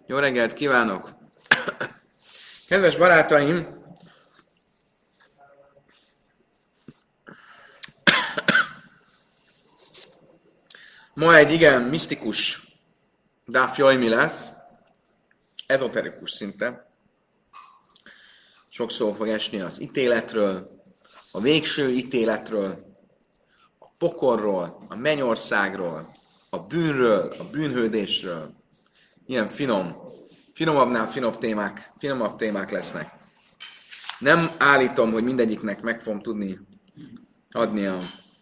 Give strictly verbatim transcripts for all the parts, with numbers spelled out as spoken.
Jó reggelt kívánok! Kedves barátaim! Ma egy igen misztikus Daf Yomi lesz, ezoterikus szinte. Sok szó fog esni az ítéletről, a végső ítéletről, a pokorról, a mennyországról, a bűnről, a bűnhődésről. Ilyen finom, finomabbnál finom témák, finomabb témák lesznek. Nem állítom, hogy mindegyiknek meg fogom tudni adni a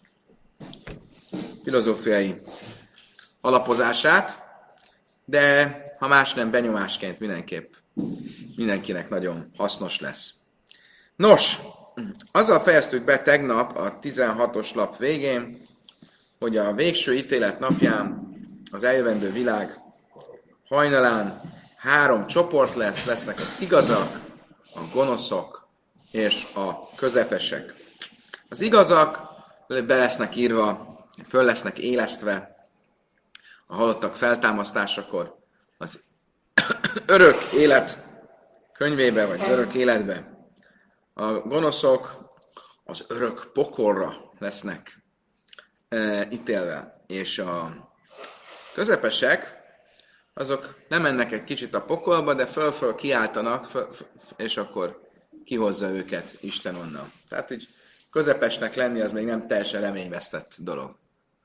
filozófiai alapozását, de ha más nem, benyomásként mindenképp mindenkinek nagyon hasznos lesz. Nos, azzal fejeztük be tegnap a tizenhatos lap végén, hogy a végső ítélet napján az eljövendő világ hajnalán három csoport lesz, lesznek az igazak, a gonoszok és a közepesek. Az igazak be lesznek írva, föl lesznek élesztve a halottak feltámasztásakor az örök élet könyvébe, vagy az örök életbe. A gonoszok az örök pokolra lesznek e, ítélve, és a közepesek azok nem mennek egy kicsit a pokolba, de föl-föl kiáltanak, föl, föl, és akkor kihozza őket Isten onnan. Tehát, hogy közepesnek lenni, az még nem teljesen reményvesztett dolog.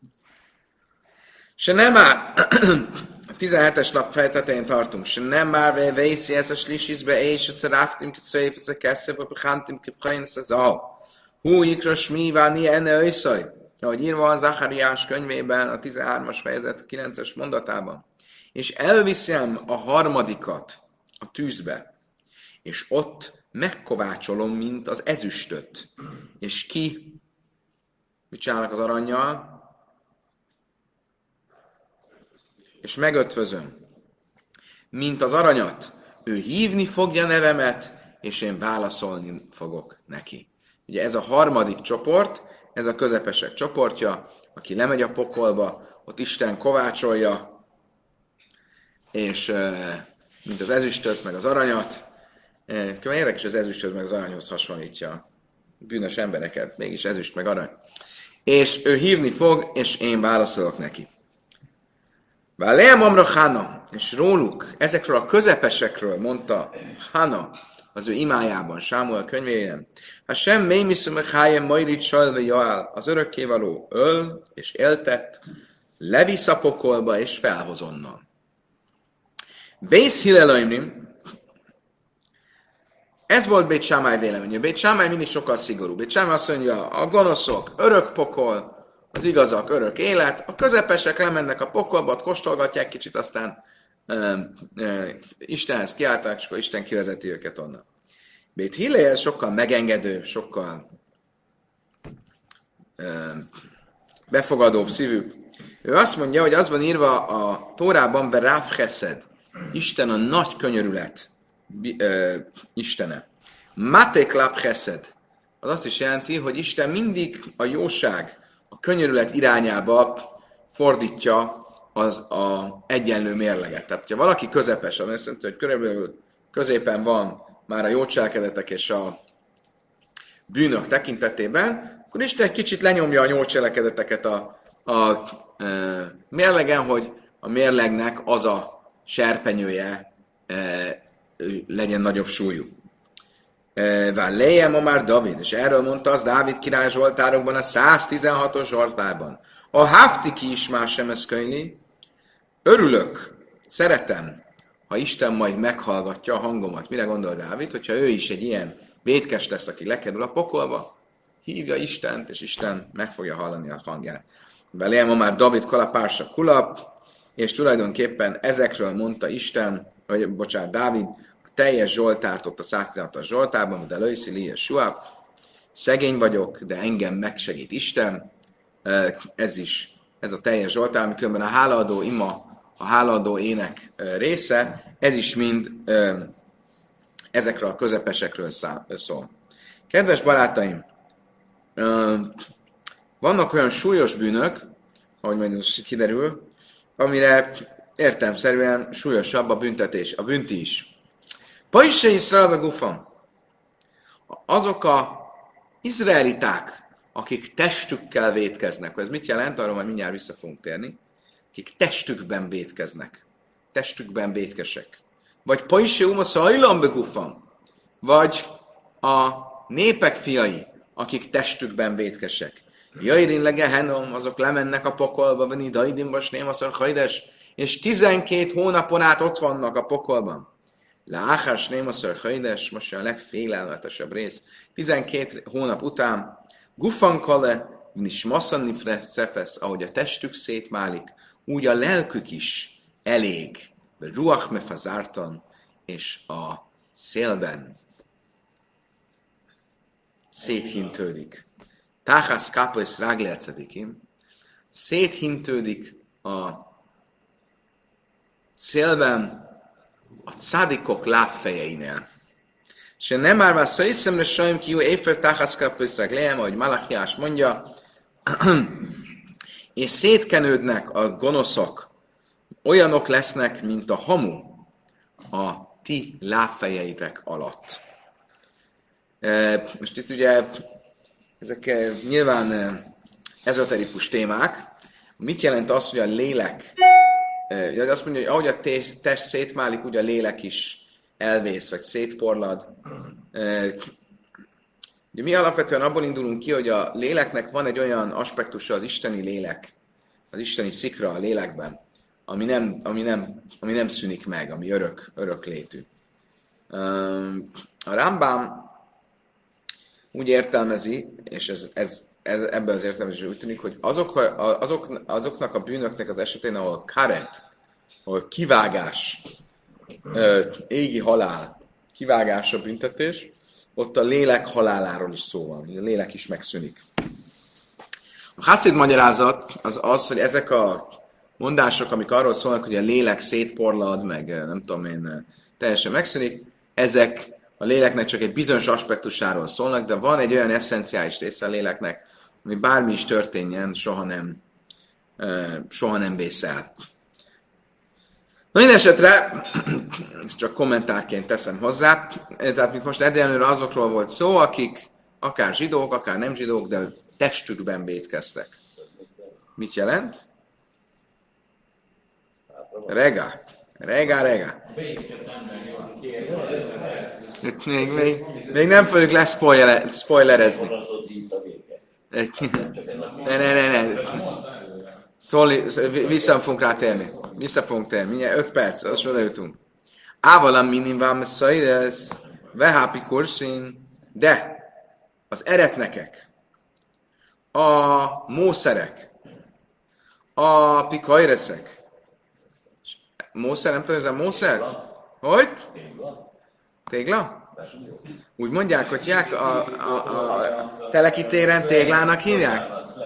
Se nem már, a tizenhetes lap fejtetején tartunk, se nem már vészi ez a slisizbe, és a szeráftim kiszréf, ez a keszév, a bechántim kifrain, ez az a hú, ikros mi váni enne őszaj. Ahogy írva van Zachariás könyvében, a tizenhármas fejezet kilences mondatában. És elviszem a harmadikat a tűzbe, és ott megkovácsolom, mint az ezüstöt. És ki? Mit csinálnak az arannyal? És megötvözöm, mint az aranyat. Ő hívni fogja nevemet, és én válaszolni fogok neki. Ugye ez a harmadik csoport, ez a közepesek csoportja, aki lemegy a pokolba, ott Isten kovácsolja, és mint az ezüstöt, meg az aranyat, különben érdekes, az ezüstöt, meg az aranyhoz hasonlítja bűnös embereket, mégis ezüst, meg arany. És ő hívni fog, és én válaszolok neki. Válejem amra Hana, és róluk, ezekről a közepesekről mondta Hana az ő imájában, Sámuel könyvében, ha sem mély miszum hájem majrit sajlve jaál, az örökkévaló öl és éltet, levisz a pokolba és felhoz onnan. Bész Hillelaimrim, ez volt Bét Sámály véleménye. Bét Sámály mindig sokkal szigorú. Bét Sámály azt mondja, a gonoszok örök pokol, az igazak örök élet, a közepesek lemennek a pokolba, ott kóstolgatják kicsit, aztán uh, uh, Istenhez kiáltanak, és akkor Isten kivezeti őket onnan. Bét Hillel ez sokkal megengedőbb, sokkal uh, befogadóbb szívű. Ő azt mondja, hogy az van írva a Tórában, Beráv Cheszed, Isten a nagy könyörület uh, Istene. Maték Láp Cheszed, az azt is jelenti, hogy Isten mindig a jóság, a könyörület irányába fordítja az a egyenlő mérleget. Tehát, ha valaki közepes, ami azt jelenti, hogy körülbelül középen van már a jó cselekedetek és a bűnök tekintetében, akkor Isten egy kicsit lenyomja a jó cselekedeteket a, a, a mérlegen, hogy a mérlegnek az a serpenyője e, legyen nagyobb súlyú. Válejem ma már David, és erről mondta az Dávid király zsoltárokban, a száztizenhatos zsoltárban. A Haftiki is más sem ez könyvi. Örülök, szeretem, ha Isten majd meghallgatja a hangomat. Mire gondol Dávid? Hogyha ő is egy ilyen vétkes lesz, aki lekerül a pokolba, hívja Istent, és Isten meg fogja hallani a hangját. Válejem ma már David kalapársa kulap, és tulajdonképpen ezekről mondta Isten, vagy bocsánat, Dávid, teljes Zsoltárt ott a száztizenhatos Zsoltárban, de Lőszi Lia Suap, szegény vagyok, de engem megsegít Isten. Ez is, ez a teljes Zsoltár, ami különben a hálaadó ima, a hálaadó ének része, ez is mind ezekről a közepesekről szól. Kedves barátaim, vannak olyan súlyos bűnök, ahogy majd most kiderül, amire értelemszerűen súlyosabb a büntetés, a bünti is. Paise Iszraelbe gufam. Azok a izraeliták, akik testükkel vétkeznek. Ez mit jelent? Arról majd mindjárt vissza fogunk térni. Akik testükben vétkeznek. Testükben vétkesek. Vagy Paise Umasa Ajlambe gufam. Vagy a népek fiai, akik testükben vétkesek. Jairin legehenom, azok lemennek a pokolba, veni daidim basném aszar hajdes, és tizenkét hónapon át ott vannak a pokolban. Leáhás némaszor hajdes, most a legfélelmetesebb rész. tizenkét hónap után gufankale, nis masszanni szefesz, ahogy a testük szétmálik, úgy a lelkük is elég. Ruach mefazártan, és a szélben széthintődik. Táhász kápa és ráglercedikim, széthintődik a szélben a cádikok lábfejeinél. És nem már már szaiszemre sajm ki, jó éjfél táhász kápa és ráglejem, ahogy Malachiás mondja, és szétkenődnek a gonoszok, olyanok lesznek, mint a hamu a ti lábfejeitek alatt. Most itt ugye ezek nyilván ezoterikus témák. Mit jelent az, hogy a lélek, azt mondja, hogy ahogy a test szétmálik, úgy a lélek is elvész, vagy szétporlad. Ugye mi alapvetően abból indulunk ki, hogy a léleknek van egy olyan aspektusa, az isteni lélek, az isteni szikra a lélekben, ami nem, ami nem, ami nem szűnik meg, ami örök, örök létű. A Rambam úgy értelmezi, és ez, ez, ez ebben az értelmezésben úgy tűnik, hogy azok, azok, azoknak a bűnöknek az esetén, ahol karet, ahol kivágás, égi halál, kivágás a büntetés, ott a lélek haláláról is szó van, a lélek is megszűnik. A haszid magyarázat az az, hogy ezek a mondások, amik arról szólnak, hogy a lélek szétporlad, meg nem tudom én, teljesen megszűnik, ezek a léleknek csak egy bizonyos aspektusáról szólnak, de van egy olyan eszenciális része a léleknek, ami bármi is történjen, soha nem, soha nem vész el. Na minden esetre, csak kommentárként teszem hozzá, tehát mint most egyenlőre azokról volt szó, akik akár zsidók, akár nem zsidók, de testükben vétkeztek. Mit jelent? Rega. Rega, rega. Még, még, még nem fogjuk leszpoilerezni. Ne, ne, ne, ne. Szóli, vissza fogunk rá térni. Vissza fogunk térni. Mindjárt öt perc, az oda jutunk. Ávalam minimvám szajresz, vehápi kurszín, de az eretnekek, a mószerek, a pikajreszek. Mószer, nem tudom, ez a mószer? Hogy? Tégla? Úgy mondják, hogyják a, a, a telekitéren téglának hívják?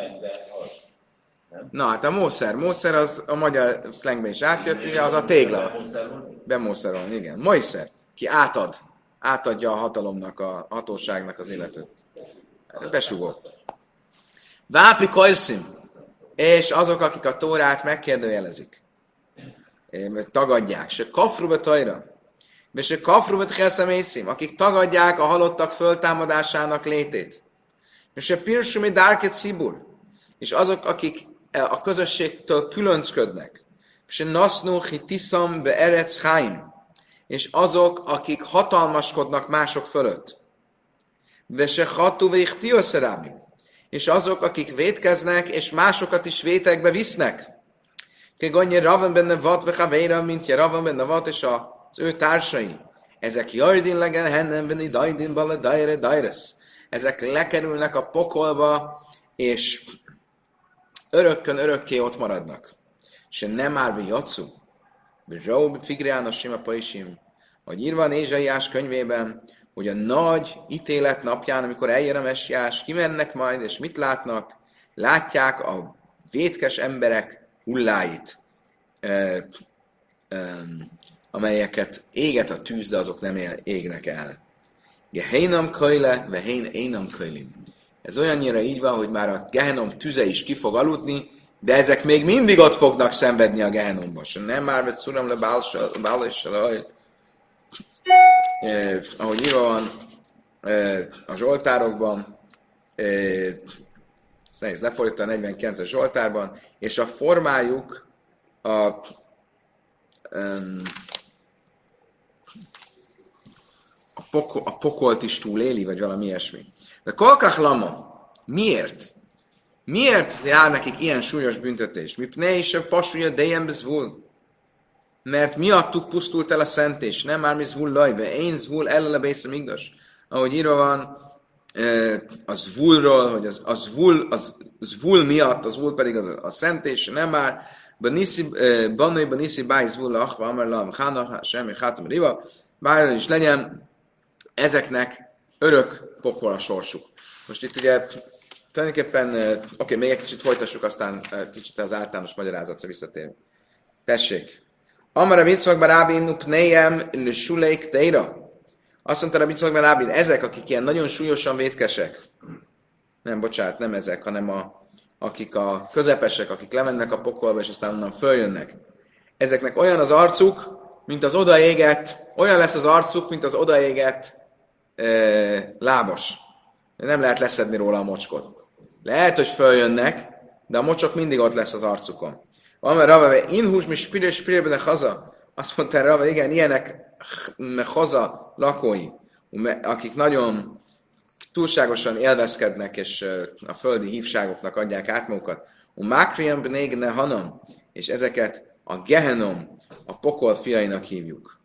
Na, hát a mószer. Mószer az a magyar szlengben is átjött, ugye az a tégla. Bemószerolni, igen. Mojszer, ki átad. Átadja a hatalomnak, a hatóságnak az illetőt. Besugó. Vápi kajrszim. És azok, akik a Tórát megkérdőjelezik. Tagadják. Se kafruba tajra. És se kafruba tcheszemészim. Akik tagadják a halottak föltámadásának létét. És se pirsumi dárket szibur. És azok, akik a közösségtől különcködnek. És se nasznó hitiszam be erec háim. És azok, akik hatalmaskodnak mások fölött. És se hatu véhtioszerámi. És azok, akik vétkeznek, és másokat is vétekbe visznek. Kegonnyi Ravan benne vat, vechavéra, mint Ravan benne vat, és az ő társai. Ezek jardin legen hennen benne dajdin bala dajre dajresz. Ezek lekerülnek a pokolba, és örökkön örökké ott maradnak. Se nem már vi jatszú. Bíró figriános sima paisim. Hogy írva Nézsaiás könyvében, hogy a nagy ítélet napján, amikor eljön a messiás, kimennek majd, és mit látnak? Látják a vétkes emberek hulláit, ö, ö, amelyeket éget a tűz, de azok nem égnek el. Gehénam köjle, vehén énam köjlim. Ez olyannyira így van, hogy már a Gehenom tüze is ki fog aludni, de ezek még mindig ott fognak szenvedni a Gehenomban. Nem már vett szuram le bál és ahogy írva van eh, a Zsoltárokban, eh, ezt nehéz lefordítani a negyvenkilences Zsoltárban, és a formájuk a um, a, pokol, a pokolt is túléli, vagy valami ilyesmi. De kolkach lama, miért? Miért jár nekik ilyen súlyos büntetés? Mi ne is a pasúja dejem bezvul? Mert miattuk pusztult el a szentés, nem már mi zvul lajbe, én zvul ellele bészem igaz. Ahogy írva van, a zvulról, hogy az, a zvul, az zvul miatt, a zvul pedig az a szentés, nem már, banai baniszi báj zvul achva, amar lam, chána, semmi, chátom, riva, bárhol is legyen, ezeknek örök pokol a sorsuk. Most itt ugye tulajdonképpen, oké, okay, még egy kicsit folytassuk, aztán kicsit az általános magyarázatra visszatérünk. Tessék. Amara mitzvakban rábi nupnejem lüsuleik teira. Azt mondta a mitzvakban rábi, ezek, akik ilyen nagyon súlyosan vétkesek, nem, bocsánat, nem ezek, hanem a, akik a közepesek, akik lemennek a pokolba, és aztán onnan följönnek. Ezeknek olyan az arcuk, mint az odaégett, olyan lesz az arcuk, mint az odaégett e, lábos. Nem lehet leszedni róla a mocskot. Lehet, hogy följönnek, de a mocsok mindig ott lesz az arcukon. Van, mert Rava, inhús mi spire spire haza. Azt mondta Rava, igen, ilyenek haza lakói, akik nagyon túlságosan élvezkednek, és a földi hívságoknak adják át magukat. Mákriam bnégne hanam, és ezeket a Gehenom, a pokol fiainak hívjuk.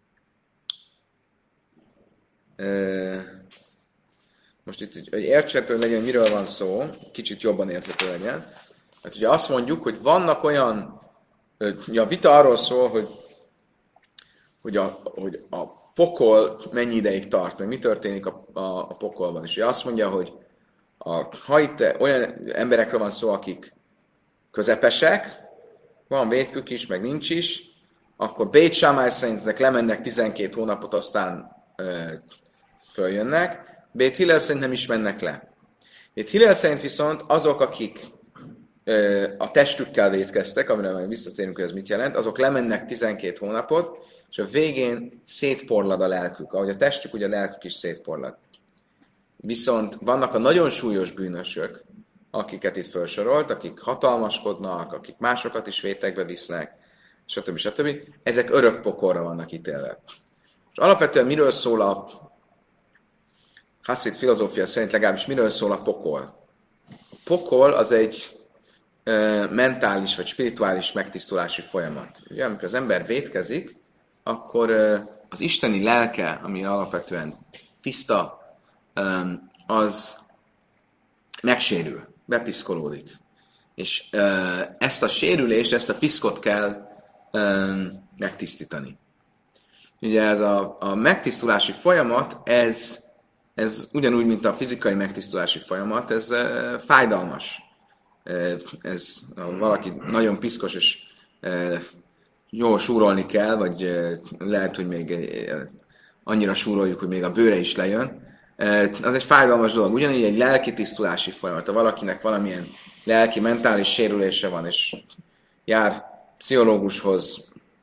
Most itt, hogy érthető legyen, miről van szó, kicsit jobban érthető legyen. Hát ugye azt mondjuk, hogy vannak olyan, a vita arról szól, hogy, hogy, a, hogy a pokol mennyi ideig tart, meg mi történik a, a, a pokolban. És ugye azt mondja, hogy a, ha itt olyan emberekről van szó, akik közepesek, van vétkük is, meg nincs is, akkor Bét Sámály szerint ezek lemennek tizenkét hónapot, aztán ö, följönnek. Bét Hillel szerint nem is mennek le. Bét Hillel szerint viszont azok, akik ö, a testükkel vétkeztek, amire majd visszatérünk, hogy ez mit jelent, azok lemennek tizenkét hónapot, és a végén szétporlad a lelkük. Ahogy a testük, ugye a lelkük is szétporlad. Viszont vannak a nagyon súlyos bűnösök, akiket itt felsorolt, akik hatalmaskodnak, akik másokat is vétekbe visznek, stb. stb. Ezek örök pokolra vannak ítélve. És alapvetően miről szól a Hasszid filozófia szerint legalábbis miről szól a pokol? A pokol az egy e, mentális vagy spirituális megtisztulási folyamat. Ugye, amikor az ember vétkezik, akkor e, az isteni lelke, ami alapvetően tiszta, e, az megsérül, bepiszkolódik. És e, ezt a sérülést, ezt a piszkot kell e, megtisztítani. Ugye ez a, a megtisztulási folyamat, ez Ez ugyanúgy, mint a fizikai megtisztulási folyamat, ez e, fájdalmas. E, ez ha valaki nagyon piszkos, és e, jól súrolni kell, vagy e, lehet, hogy még e, annyira súroljuk, hogy még a bőre is lejön. E, az egy fájdalmas dolog. Ugyanígy egy lelki tisztulási folyamat. Ha valakinek valamilyen lelki, mentális sérülése van, és jár pszichológushoz,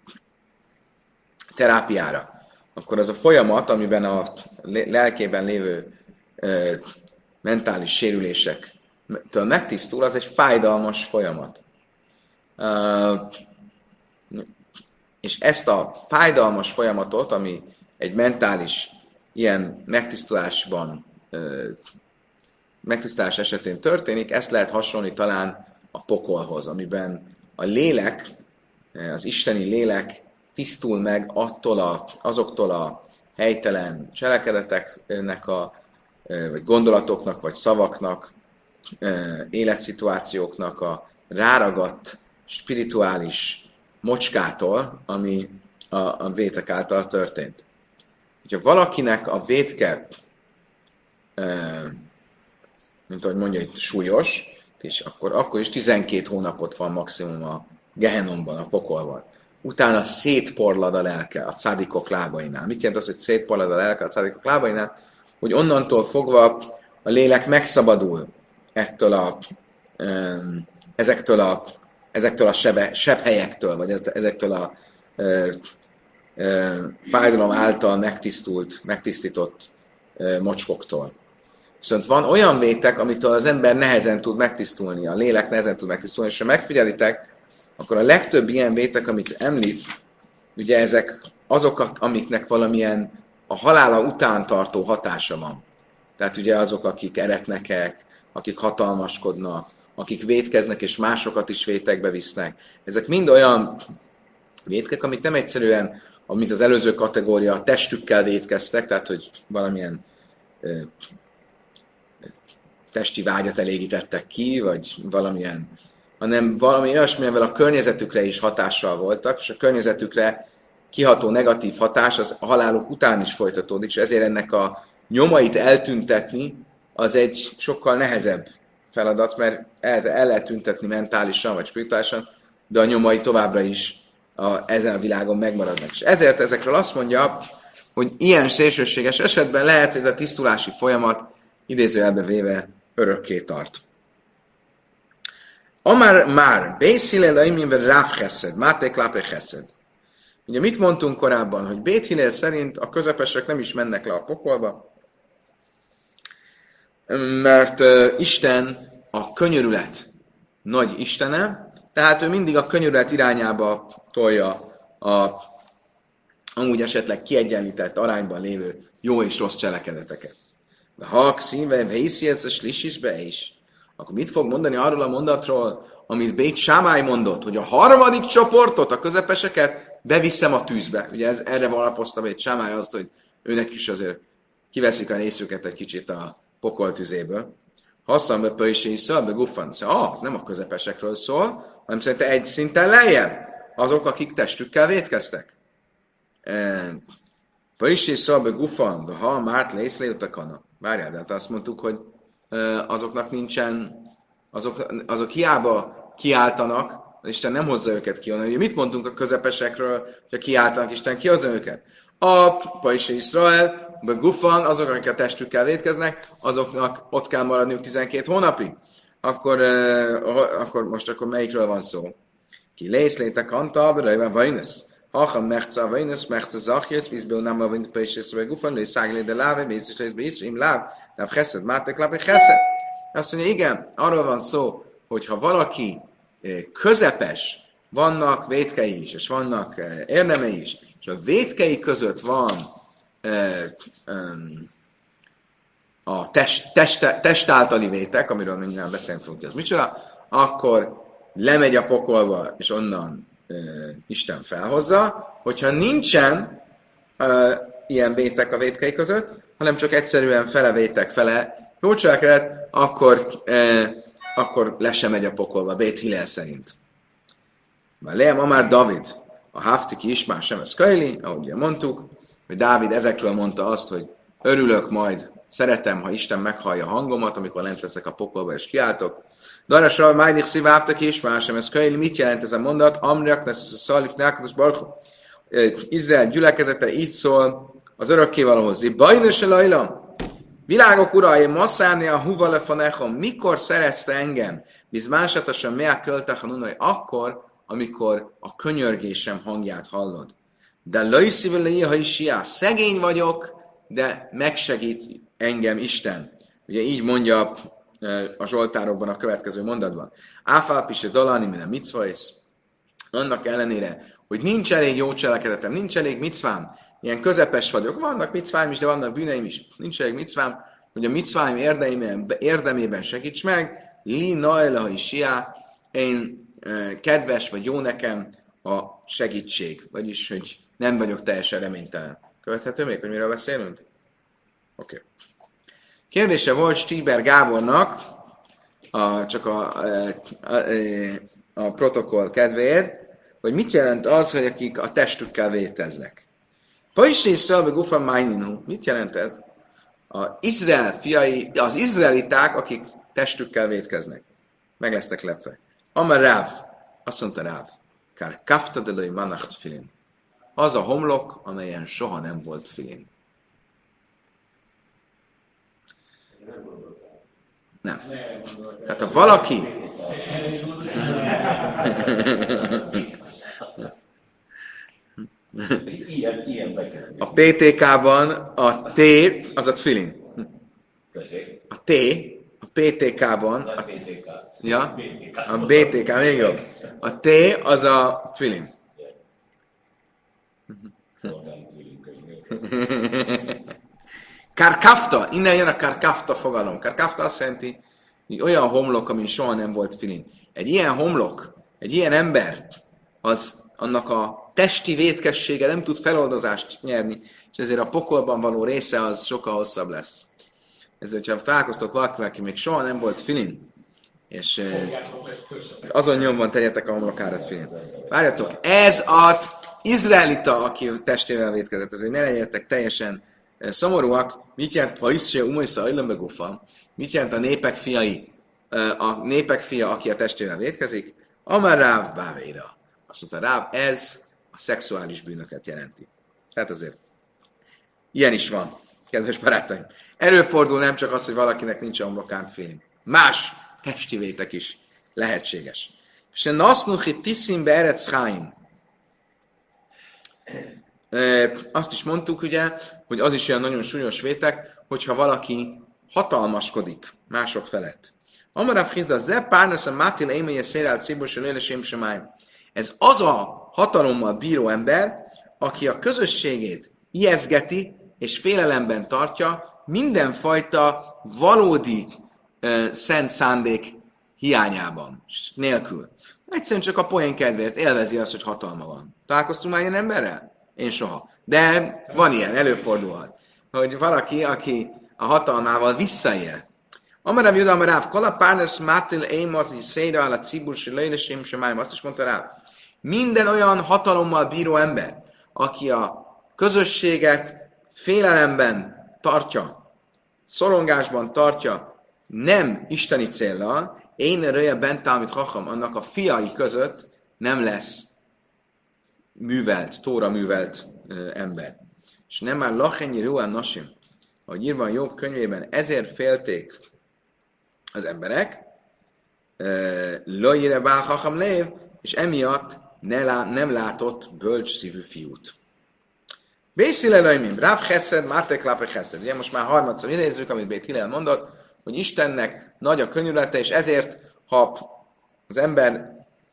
terápiára, akkor az a folyamat, amiben a lelkében lévő ö, mentális sérülésektől megtisztul, az egy fájdalmas folyamat. Uh, és ezt a fájdalmas folyamatot, ami egy mentális ilyen megtisztulásban, ö, megtisztulás esetén történik, ezt lehet hasonlítani talán a pokolhoz, amiben a lélek, az isteni lélek tisztul meg attól a, azoktól a helytelen cselekedeteknek, a, vagy gondolatoknak, vagy szavaknak, életszituációknak a ráragadt spirituális mocskától, ami a, a vétek által történt. Ha valakinek a vétke, mint ahogy mondja itt, súlyos, és akkor, akkor is tizenkét hónapot van maximum a Gehenomban, a pokolban. Utána szétporlad a lelke a cádikok lábainál. Mit jelent az, hogy szétporlad a lelke a cádikok lábainál? Hogy onnantól fogva a lélek megszabadul ettől a um, ezektől a, ezektől a sebe, sebhelyektől, vagy ezektől a ö, ö, fájdalom által megtisztult, megtisztított ö, mocskoktól. Viszont van olyan vétek, amitől az ember nehezen tud megtisztulni, a lélek nehezen tud megtisztulni, és ha megfigyelitek, akkor a legtöbb ilyen vétek, amit említ, ugye ezek azok, amiknek valamilyen a halála után tartó hatása van. Tehát ugye azok, akik eretnekek, akik hatalmaskodnak, akik vétkeznek és másokat is vétekbe visznek. Ezek mind olyan vétkek, amik nem egyszerűen, mint az előző kategória, a testükkel vétkeztek, tehát hogy valamilyen ö, testi vágyat elégítettek ki, vagy valamilyen, hanem valami olyasmi, amivel a környezetükre is hatással voltak, és a környezetükre kiható negatív hatás az a haláluk után is folytatódik, és ezért ennek a nyomait eltüntetni az egy sokkal nehezebb feladat, mert el, el lehet tüntetni mentálisan vagy spirituálisan, de a nyomai továbbra is a, ezen a világon megmaradnak. És ezért ezekről azt mondja, hogy ilyen szélsőséges esetben lehet, hogy ez a tisztulási folyamat idézőjelbe véve örökké tart. Amár már, Bész Hillel aimimben Ráv Cheszed, Máté Klápe Cheszed. Ugye mit mondtunk korábban, hogy Bét Hillel szerint a közepesek nem is mennek le a pokolba, mert uh, Isten a könyörület nagy istene, tehát ő mindig a könyörület irányába tolja a amúgy esetleg kiegyenlített arányban lévő jó és rossz cselekedeteket. De ha szíve, hiszi ez a slisisbe is, akkor mit fog mondani arról a mondatról, amit Bét Sámály mondott, hogy a harmadik csoportot, a közepeseket beviszem a tűzbe. Ugye ez, erre alapozta Bét Sámály azt, hogy őnek is azért kiveszik a részüket egy kicsit a pokol tüzéből. Hasszan be pöjsi is szól, be guffan. Ah, az nem a közepesekről szól, hanem szerintem egy szinten lejjebb azok, akik testükkel vétkeztek. Pöjsi is szól, be guffan, de ha márt lészlé utakana. Várjál, de hát azt mondtuk, hogy azoknak nincsen, azok, azok hiába kiáltanak, Isten nem hozza őket ki onnan. Ugye mit mondtunk a közepesekről, hogyha kiáltanak, Isten kihozza őket? A Pajsi Iszrael, a Gufan, azok, akik a testükkel vétkeznek, azoknak ott kell maradniuk tizenkét hónapig. Akkor, uh, akkor most akkor melyikről van szó? Ki lészlétek anta, berejben vajnesz. Hacham mechca vajnesz, mechca zachjes, vízből nem a vint Pajsi Iszrael Gufan, lőj száglé de láve, mész is részbe is, im láv, láv cheszed, mátek láb, cheszed. Azt mondja, igen, arról van szó, hogy ha valaki közepes, vannak vétkei is, és vannak érdemei is, és a vétkei között van a test, test, test általi vétek, amiről mindjárt beszélni fogunk, az micsoda, akkor lemegy a pokolba, és onnan uh, Isten felhozza, hogyha nincsen uh, ilyen vétek a vétkei között, hanem csak egyszerűen fele vétek, fele jó cselekedet, akkor, uh, akkor le sem megy a pokolba, Bét Hillel szerint. Már Leem Amár David, a Haftiki Ismár sem ez kölyli, ahogy mondtuk, hogy Dávid ezekről mondta azt, hogy örülök majd, szeretem, ha Isten meghallja a hangomat, amikor lent leszek a pokolba és kiáltok. Darasra, Májdik Szív Haftiki Ismár sem ez kölyli, mit jelent ez a mondat? Amriak, ez a Szalif, Nákatos Barchu. Izrael gyülekezete így szól az örökkévalóhoz. Bajnös elajlam! Világok urai, masszáni a huvale fanechom, mikor szeretsz te engem? Biz másatosan meák költach a akkor, amikor a könyörgésem hangját hallod. De lőszívülei, ha is siá, szegény vagyok, de megsegít engem Isten. Ugye így mondja a Zsoltárokban a következő mondatban. Áfálpise dalani, minden micvajsz. Annak ellenére, hogy nincs elég jó cselekedetem, nincs elég micvám, ilyen közepes vagyok, vannak micváim is, de vannak bűneim is, nincs elég micvám, hogy a micváim érdemében, érdemében segíts meg, li naela is siá, én kedves vagy jó nekem a segítség, vagyis, hogy nem vagyok teljesen reménytelen. Követhető még, hogy miről beszélünk? Oké. Okay. Kérdése volt Stíber Gábornak, a, csak a, a, a, a protokoll kedvéért, hogy mit jelent az, hogy akik a testükkel véteznek. Pajsi szalbe gufa májninu. Mit jelent ez? Az Izrael fiai, az izraeliták, akik testükkel vétkeznek. Meg lesznek lepve. Amar Ráv, azt mondta Ráv, kár kafta delői manacht filin. Az a homlok, amelyen soha nem volt filin. Nem. Tehát ha valaki... Ilyen, ilyen bekerül. A pé té ká-ban a T az a tfilin. A T, a pé té ká-ban... A, ja, a bé té ká, még jobb. A T az a tfilin. Karkafta, innen jön a karkafta fogalom. Karkafta azt jelenti, hogy olyan homlok, amin soha nem volt filin. Egy ilyen homlok, egy ilyen ember, az annak a testi vétkessége nem tud feloldozást nyerni, és ezért a pokolban való része az sokkal hosszabb lesz. Ez, hogyha találkoztok valakivel, aki még soha nem volt filin, és azon nyomban terjedtek a homlokára filin. Várjatok, ez az izraelita, aki testével vétkezett, ezért ne legyetek teljesen szomorúak. Mit jelent, ha is se umojsza ajlömbegufa? Mit jelent a népek fiai, a népek fia, aki a testével vétkezik? Amar Ráv Bávéra. Azt mondta Ráv, ez a szexuális bűnöket jelenti. Tehát azért ilyen is van, kedves barátaim. Előfordul nem csak az, hogy valakinek nincs homlokán film. Más testi vétek is lehetséges. És a nasznuchi tiszim be eretz chaim. Azt is mondtuk, ugye, hogy az is olyan nagyon súlyos vétek, hogyha valaki hatalmaskodik mások felett. Amarav Chizda, ze párnasz a mátil émélye szérelt szébos lélesém semáim. Ez az a hatalommal bíró ember, aki a közösségét ijeszgeti és félelemben tartja mindenfajta valódi uh, szent szándék hiányában, nélkül. Egyszerűen csak a poén kedvéért élvezi azt, hogy hatalma van. Találkoztunk már ilyen emberrel? Én soha. De van ilyen, előfordulhat. Hogy valaki, aki a hatalmával visszaél. Amarav Judam Ráv, Kala Párnasz Mátil Émot, hogy Széra ala Cibursi Lejlesém Semáim, azt is mondta Ráv. Minden olyan hatalommal bíró ember, aki a közösséget félelemben tartja, szorongásban tartja, nem isteni céllal, én röje bent, amit hacham, annak a fiai között nem lesz művelt, tóra művelt ö, ember. És nem már lachenyi ruán nasim, ahogy írva a Jobb könyvében, ezért félték az emberek, lojire bál hacham lév, és emiatt ne lá, nem látott bölcs szívű fiút. Bészile lojmim, Ráv Cheszed, Mártek Lápe Cheszed. Ugye most már harmadszor idézzük, amit Bét Hillel mondott, hogy Istennek nagy a könyörülete, és ezért, ha az ember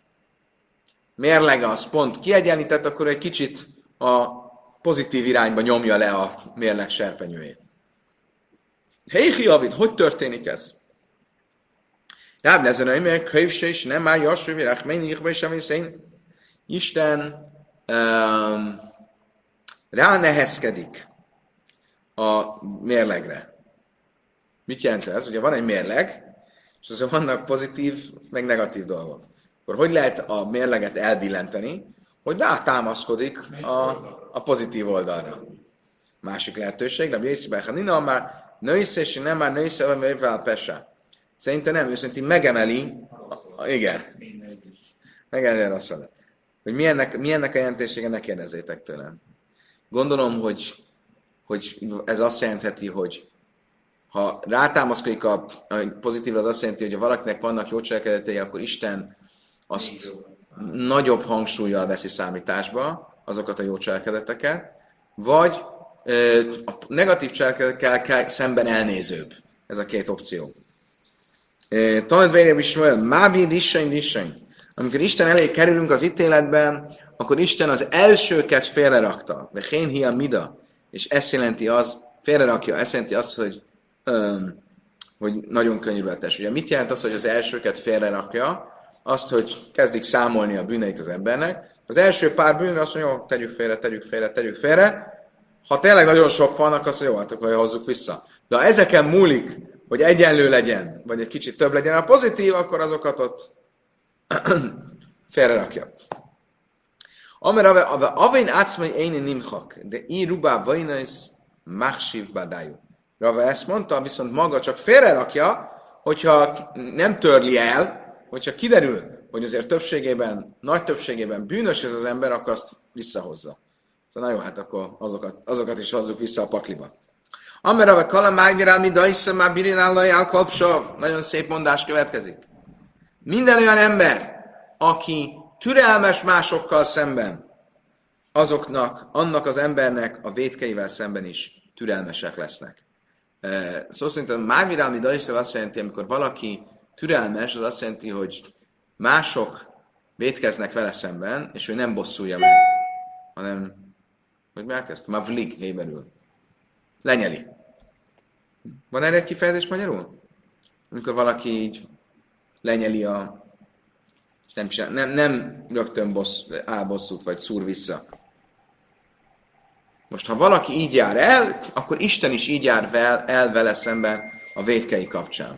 mérlege az pont kiegyenlített, akkor egy kicsit a pozitív irányba nyomja le a mérleg serpenyőjét. Héhi Avid, hogy történik ez? Ráb lezen a imér, könyvse is, nem már jassú, virák, mennyi ikbe is, ami szerint Isten um, ránehezkedik a mérlegre. Mit jelent ez? Ugye van egy mérleg, és azon vannak pozitív, meg negatív dolgok. Akkor hogy lehet a mérleget elbillenteni, hogy rátámaszkodik a, a pozitív oldalra. Másik lehetőség, de Jézsibály, ha nina már nősz, és nem már nősz, vagy pesa. Szerintem nem, ő szerintem megemeli, a, a, igen, megemeli a rosszadat. Hogy milyennek, milyennek a jelentősége, ne kérdezzétek tőlem. Gondolom, hogy, hogy ez azt jelentheti, hogy ha rátámaszkodik a, a pozitívra, az azt jelenti, hogy ha valakinek vannak jó cselekedetei, akkor Isten azt nagyobb hangsúllyal veszi számításba, azokat a jó cselekedeteket, vagy a negatív cselekedetekkel szemben elnézőbb. Ez a két opció. Tanulvérjebb is mondja, mábi rissain rissain. Amikor Isten elé kerülünk az ítéletben, akkor Isten az elsőket félrerakta. De hén hiam mida. És ezt jelenti az, félrerakja, ezt jelenti azt, hogy, öm, hogy nagyon könyörületes. Ugye mit jelent az, hogy az elsőket félrerakja? Azt, hogy kezdik számolni a bűneit az embernek. Az első pár bűnre azt mondja, jó, tegyük félre, tegyük félre, tegyük félre. Ha tényleg nagyon sok vannak, azt mondja, jó, hát akkor hozzuk vissza. De ha ezeken múlik, hogy egyenlő legyen, vagy egy kicsit több legyen a pozitív, akkor azokat ott félrerakja. Amire avén átszmai éni nimchak, de í rubá vajnaisz machsiv badájú. Rava ezt mondta, viszont maga csak félrerakja, hogyha nem törli el, hogyha kiderül, hogy azért többségében, nagy többségében bűnös ez az ember, akkor azt visszahozza. Szóval na jó, hát akkor azokat, azokat is hozzuk vissza a pakliba. Amerave kala mágmirál, mi daisza már birinállai álkalpsa. Nagyon szép mondás következik. Minden olyan ember, aki türelmes másokkal szemben, azoknak, annak az embernek a vétkeivel szemben is türelmesek lesznek. Szóval szerintem mágmirál, mi daisza azt jelenti, amikor valaki türelmes, az azt jelenti, hogy mások vétkeznek vele szemben, és ő nem bosszulja meg, hanem, hogy elkezdtem, mavlig héberül. Lenyeli. Van erre egy kifejezés magyarul? Amikor valaki így lenyeli a... és nem, csinál, nem, nem rögtön bossz, áll bosszút, vagy szúr vissza. Most, ha valaki így jár el, akkor Isten is így jár vel, el vele szemben a vétkei kapcsán.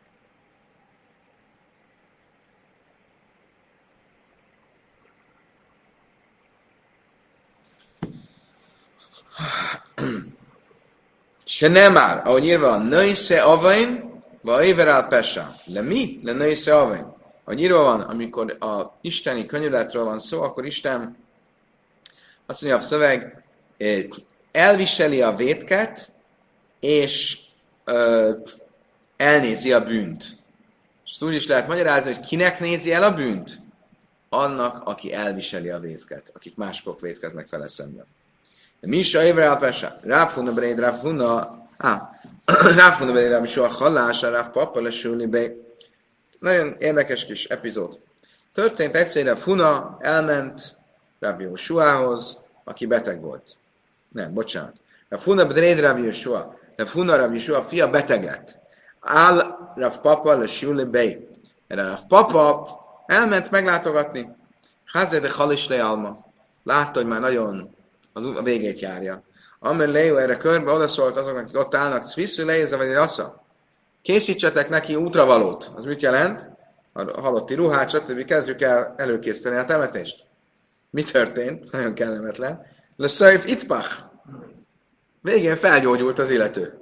Se nem már, ahogy írva van, nöjsze avain, vagy éverál pesa. Le mi? Le nöjsze avain. Ahogy írva van, amikor a isteni könyörületről van szó, akkor Isten azt mondja a szöveg, elviseli a vétket, és ö, elnézi a bűnt. És úgy is lehet magyarázni, hogy kinek nézi el a bűnt? Annak, aki elviseli a vétket, akik mások vétkeznek vele szemben. Mi is a évre alpesa? Ráfuna beréd, ráfuna... Á, ráfuna beréd, ráfuna soha hallása, ráf papa lesülni be. Nagyon érdekes kis epizód. Történt egyszerre Funa elment Rabbi Jósuához, aki beteg volt. Nem, bocsánat. Ráfuna beréd, Rabbi Jósua. Ráfuna Rabbi Jósua fia beteg lett. Áll ráf papa lesülni be. Erre ráf papa elment meglátogatni. Házé de halis le alma. Látta, hogy már nagyon az a végét járja. Amely Leo erre körbe odaszólt azoknak, akik ott állnak, Cviszű Leéza vagy Rassza. Készítsetek neki útravalót. Az mit jelent? A halotti ruhát, stb. Kezdjük el előkészíteni a temetést. Mi történt? Nagyon kellemetlen. Le Szöjf Itpach. Végén felgyógyult az illető.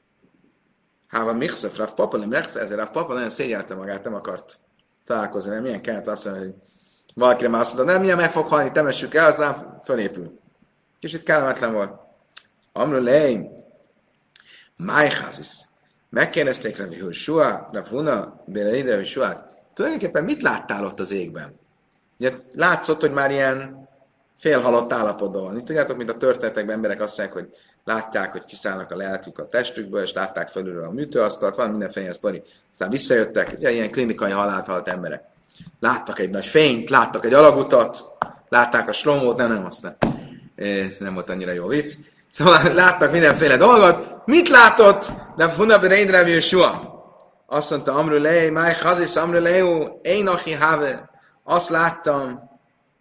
Háva Michszef, Rav Papa, nem Michszef, ezért Rav Papa nagyon szégyelte magát, nem akart találkozni, mert milyen kellett azt mondani, hogy valakire már azt mondta, nem, milyen meg fog halni, temessük el, aztán fölépül. Kicsit kellemetlen volt. Amru leim, májházis. Megkérdezték Rav Jósua, Rav Huna, Béreide, Rav Jósuát. Tulajdonképpen mit láttál ott az égben? Ugye látszott, hogy már ilyen félhalott állapotban van. Tudjátok, mint a történetekben emberek azt mondják, hogy látják, hogy kiszállnak a lelkük a testükből, és látták fölülről a műtőasztalt, van mindenféle ilyen sztori. Aztán visszajöttek, ugye ilyen klinikai halált halt emberek. Láttak egy nagy fényt, láttak egy alagutat, látták a slomót, nem, nem azt nem. Nem volt annyira jó vicc. Szóval láttak mindenféle dolgot. Mit látott? De Funab Reid Rav Jósua. Azt mondta, Amru Lei, Máj Chazis, Amru Leu, Én Achi Have. Azt láttam,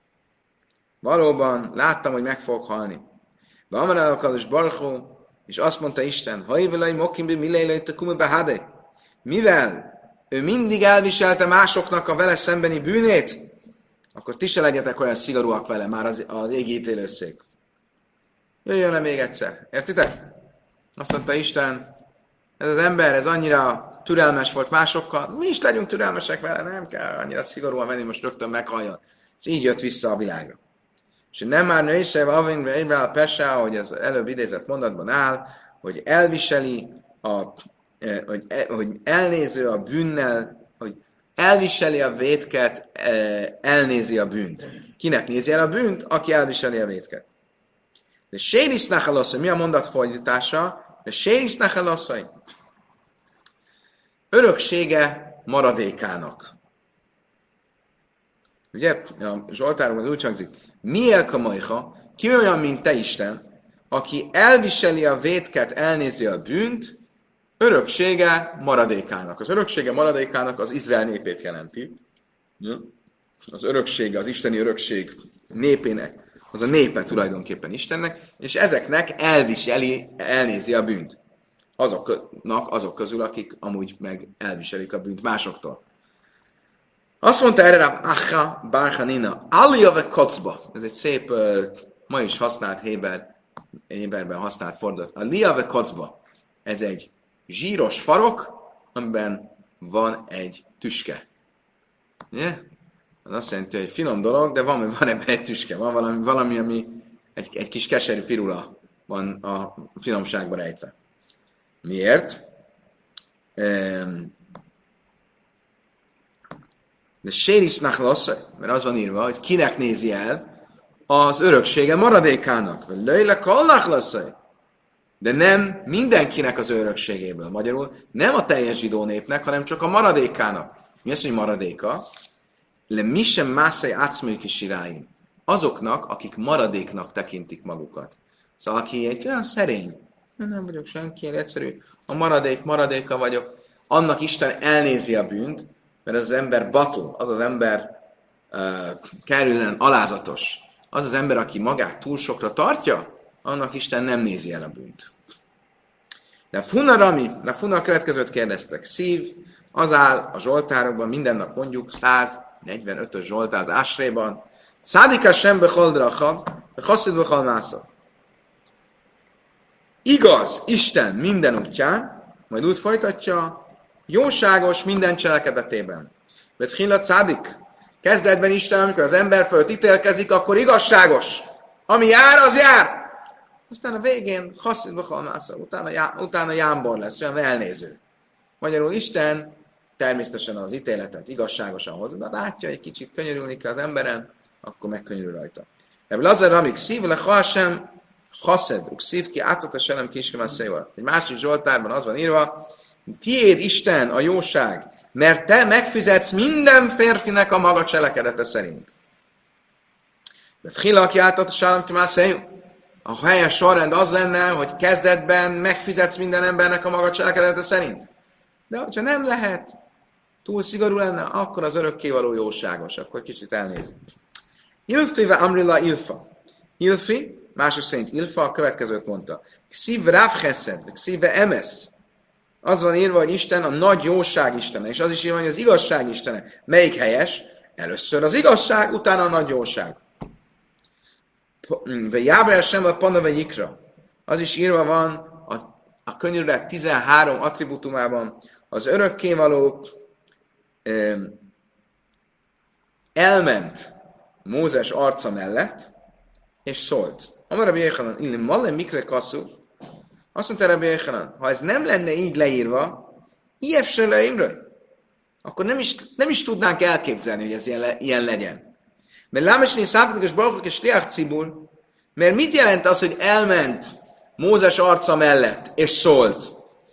valóban láttam, hogy meg fogok halni. De Amara Akados Baruch, és azt mondta Isten, Haivelai Mokimbi Milélai Tekumi Behade. Mivel ő mindig elviselte másoknak a vele szembeni bűnét, akkor ti se legyetek olyan szigorúak vele, már az, az égi ítélőszék. Jöjjön le még egyszer. Értitek? Azt mondta Isten, ez az ember, ez annyira türelmes volt másokkal, mi is legyünk türelmesek vele, nem kell annyira szigorúan menni, most rögtön meghalljon. És így jött vissza a világra. És nem már nőse, Avin, Abraham, Pesa, hogy az előbb idézett mondatban áll, hogy elviseli, a, hogy, hogy elnéző a bűnnel, hogy elviseli a vétket, elnézi a bűnt. Kinek nézi el a bűnt? Aki elviseli a vétket. De Séris Nachalosszai, mi a mondat fordítása? De Séris Nachalosszai, öröksége maradékának. Ugye, a Zsoltárban úgy hangzik, miel kamajha, ki olyan, mint te Isten, aki elviseli a vétket, elnézi a bűnt, öröksége maradékának. Az öröksége maradékának az Izrael népét jelenti. Az öröksége, az isteni örökség népének, az a népe tulajdonképpen Istennek, és ezeknek elviseli, elnézi a bűnt. Azoknak, azok közül, akik amúgy meg elviselik a bűnt másoktól. Azt mondta erre Rav Acha bar Hanina, Alijave kocba. Ez egy szép, ma is használt Héber, Héberben használt fordulat. Alijave kocba. Ez egy zsíros farok, amiben van egy tüske. Yeah? Az azt jelenti, hogy finom dolog, de van, van ebben egy tüske. Van valami, valami ami egy, egy kis keserű pirula van a finomságba rejtve. Miért? Um, de Sérisznak lasszai, mert az van írva, hogy kinek nézi el az öröksége maradékának. Löjle kalnak lasszai. De nem mindenkinek az örökségéből. Magyarul nem a teljes zsidó népnek, hanem csak a maradékának. Mi az, hogy maradéka? Le mi sem mászai átszmők is iráim. Azoknak, akik maradéknak tekintik magukat. Szóval aki egy olyan szerény, nem vagyok senki, én egyszerű, a maradék, maradéka vagyok, annak Isten elnézi a bűnt, mert az, az ember battle, az az ember uh, kerülően alázatos. Az az ember, aki magát túl sokra tartja, annak Isten nem nézi el a bűnt. De Funa Rami, de Funa a következőt kérdeztek. Szív, az áll a zsoltárokban, minden nap mondjuk száznegyvenötös zsoltár az Ásréban. Szádika sem bechol dracha, bechaszid bechol másza. Igaz, Isten minden útján, majd úgy folytatja, jóságos minden cselekedetében. Mert Hilla Cádik, kezdetben Isten, amikor az ember fölött ítélkezik, akkor igazságos. Ami jár, az jár. Aztán a végén haszidba halmásza, utána, já, utána jámbor lesz, olyan elnéző. Magyarul Isten természetesen az ítéletet igazságosan hozza, de látja, egy kicsit könyörülni kell az emberen, akkor megkönyörül rajta. Ebből Lazar amíg szív le hasem haszed, uk szív ki átat a selem kiskemászaival. Egy másik zsoltárban az van írva, tiéd Isten a jóság, mert te megfizetsz minden férfinek a maga cselekedete szerint. De Hila ki átat a selem kiskemászaival. A helyes sorrend az lenne, hogy kezdetben megfizetsz minden embernek a maga cselekedete szerint. De ha nem lehet, túl szigorú lenne, akkor az örökkévaló jóságos, akkor kicsit elnézik. Ilfi ve amrila ilfa. Ilfi, mások szerint ilfa a következőt mondta. Xiv ráv cheszed, xiv ve emesz. Az van írva, hogy Isten a nagy jóság istene, és az is írva, hogy az igazság istene. Melyik helyes? Először az igazság, utána a nagy jóság. Ve jábel sem a panave nyikra. Az is írva van a, a könyörület tizenhárom attribútumában, az örökkévaló eh, elment Mózes arca mellett, és szólt. Amar Rabbi Yechanan, illim malle mikre kasszú. Azt mondta Rabbi Yechanan, ha ez nem lenne így leírva, ilyet se leimről, akkor nem is, nem is tudnánk elképzelni, hogy ez ilyen, le, ilyen legyen. Mert lámesni szállítok és balkok és liach cibul, mert mit jelent az, hogy elment Mózes arca mellett, és szólt?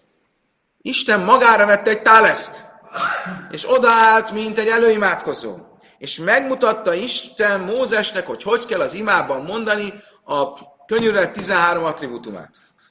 Isten magára vette egy táleszt, és odaállt, mint egy előimádkozó. És megmutatta Isten Mózesnek, hogy hogy kell az imában mondani a könyörület tizenhárom attribútumát.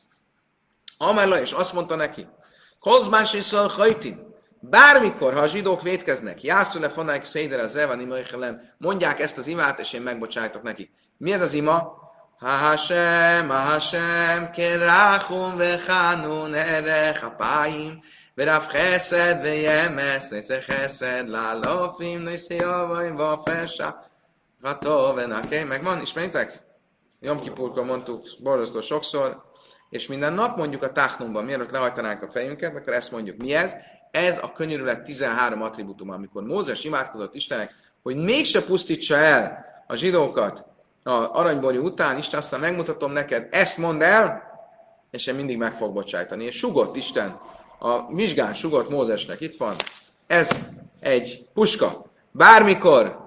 Amerla, és azt mondta neki, Kozmán sészal hajtin, bármikor, ha a zsidók vétkeznek, jászul-e fanák széder az elvan imaihelem, mondják ezt az imát, és én megbocsájtok nekik. Mi ez az ima? Ha Hashem, ha Hashem, kerachum vechanun erech apáim, verav chesed vejemesz, nöjce chesed, lálofim, nöjsze javaim, vafesa, ható, venakej, megvan, ismeritek? Jom Kipurkor mondtuk borzasztó sokszor, és minden nap mondjuk a Táchnumban, mielőtt lehajtanánk a fejünket, akkor ezt mondjuk. Mi ez? Ez a könyörület tizenhárom attribútum, amikor Mózes imádkozott Istennek, hogy mégse pusztítsa el a zsidókat az aranyborjú után, Isten aztán megmutatom neked, ezt mondd el, és én mindig meg fog bocsájtani. És sugott Isten, a vizsgán sugott Mózesnek, itt van, ez egy puska. Bármikor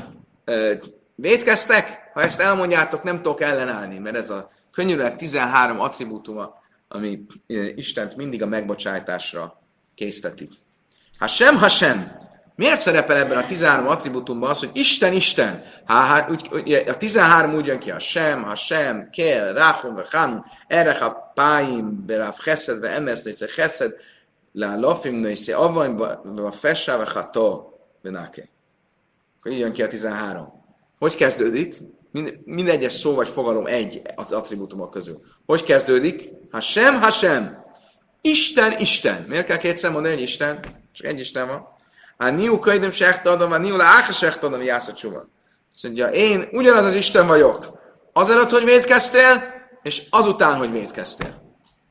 ö, vétkeztek, ha ezt elmondjátok, nem tudok ellenállni, mert ez a könyörület tizenhárom attribútuma, ami Istent mindig a megbocsájtásra készteti. Ha sem, ha sem. Miért szerepel ebben a tizenhárom attribútumban az, hogy Isten, Isten? Ha, hát, úgy, a tizenhárom úgy jön ki, ha sem, ha sem, kél, ráhum, vechanun, erech a páim, berav cheszed, ve emesz, nöjce cheszed, le lofim, nöjsze avaim, ve fessa, ve ható, benáke. Akkor így jön ki a tizenhárom. Hogy kezdődik? Mind, minden egyes szó vagy fogalom egy attribútumok közül. Hogy kezdődik? Ha sem, ha sem. Isten, Isten. Miért kell kétszer mondani, hogy Isten? Csak egy Isten van. A niu köjdöm se echt adom, a niu leáka se echt adom, jászat suva. Azt mondja, én ugyanaz az Isten vagyok. Azelőtt, hogy vétkeztél, és azután, hogy vétkeztél.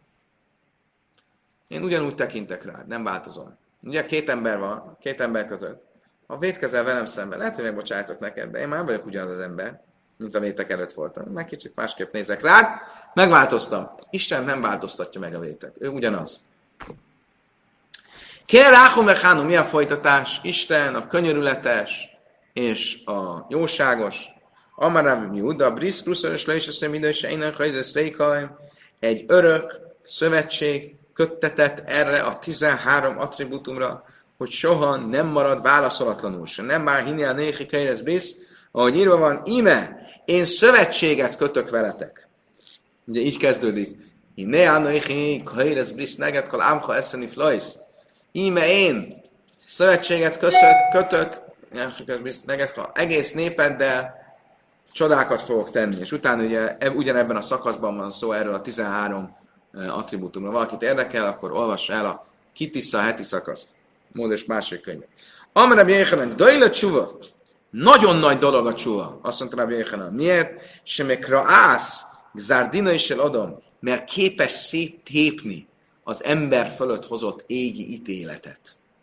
Én ugyanúgy tekintek rád, nem változom. Ugye két ember van, két ember között. Ha vétkezel velem szemben, lehet, hogy megbocsájtok neked, de én már vagyok ugyanaz az ember, mint a vétek előtt voltam. Meg kicsit másképp nézek rád, megváltoztam. Isten nem változtatja meg a vétek. Ő ugyanaz. Kér ráhum vechánu, mi a folytatás? Isten a könyörületes és a jóságos. Amaráv Júda, Brisz, Kruszos, Leiseszem, Időse, Innen, Hajzesz, Reikaim, egy örök szövetség köttetett erre a tizenhárom attribútumra, hogy soha nem marad válaszolatlanul se. Nem már hinni a néhi kejrez Brisz, ahogy írva van, íme, én szövetséget kötök veletek. Ugye így kezdődik. Hinni a néhi kejrez Brisz, neget kal ámha eszeni flajsz. Íme én szövetséget köszök, kötök, egész népeddel csodákat fogok tenni. És utána ugye ugyanebben a szakaszban van szó erről a tizenhárom attribútumról. Valakit érdekel, akkor olvassa el a Kitisza heti szakaszt. Mózes második könyve. Amara Bjéhanan, dajla csuva. Nagyon nagy dolog a csuva. Azt mondta Rabbi Bjéhanan. Miért? Semekra ász, zárdina is adom, mert képes széttépni az ember fölött hozott égi ítéletet.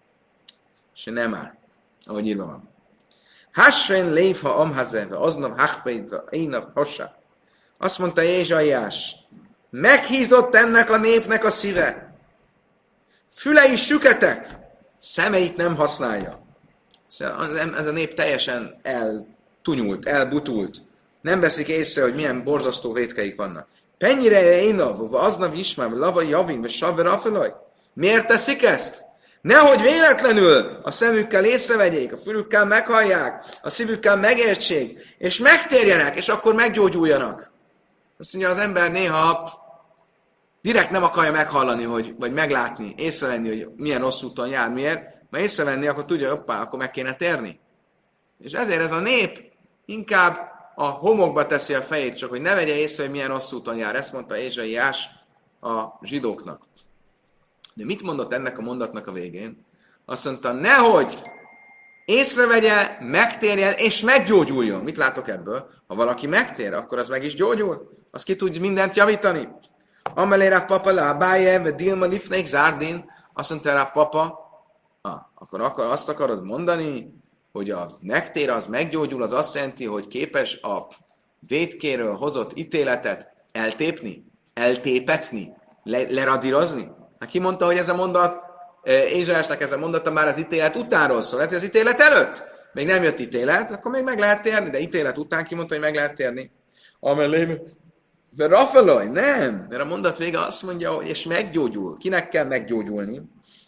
Se nem áll, ahogy írva van. Hasfen lévha amhazeve, aznav hachpeidva, énav hossá. Azt mondta Jézsaiás, meghízott ennek a népnek a szíve. Fülei süketek, szemeit nem használja. Ez a nép teljesen eltunyult, elbutult. Nem veszik észre, hogy milyen borzasztó vétkeik vannak. Pennyire énav, aznav ismár, lava javin, vagy saver afelaj. Miért teszik ezt? Nehogy véletlenül a szemükkel észrevegyék, a fülükkel meghallják, a szívükkel megértsék, és megtérjenek, és akkor meggyógyuljanak. Azt mondja, az ember néha direkt nem akarja meghallani, hogy, vagy meglátni, észrevenni, hogy milyen rossz úton jár, miért? Mert észrevenni, akkor tudja, hogy hoppá, akkor meg kéne térni. És ezért ez a nép inkább a homokba teszi a fejét, csak hogy ne vegye észre, hogy milyen rossz úton jár. Ezt mondta Ézsaiás a zsidóknak. De mit mondott ennek a mondatnak a végén? Azt mondta, nehogy észrevegye, megtérjen és meggyógyuljon. Mit látok ebből? Ha valaki megtér, akkor az meg is gyógyul. Az ki tud mindent javítani. Amelére a papa lábáje, vagy Dilma Lifnék Zárdin, azt mondta rá a papa, ah, akkor, akkor azt akarod mondani, hogy a megtér az meggyógyul, az azt jelenti, hogy képes a vétkéről hozott ítéletet eltépni, eltépetni, le, leradírozni. Hát ki mondta, hogy ez a mondat, Ézsaiásnak ez a mondata már az ítélet utánról szól. Lehet, hogy az ítélet előtt még nem jött ítélet, akkor még meg lehet térni, de ítélet után ki mondta, hogy meg lehet térni. Amelé, de Rafaelaj, nem, mert a mondat vége azt mondja, hogy és meggyógyul. Kinek kell meggyógyulni?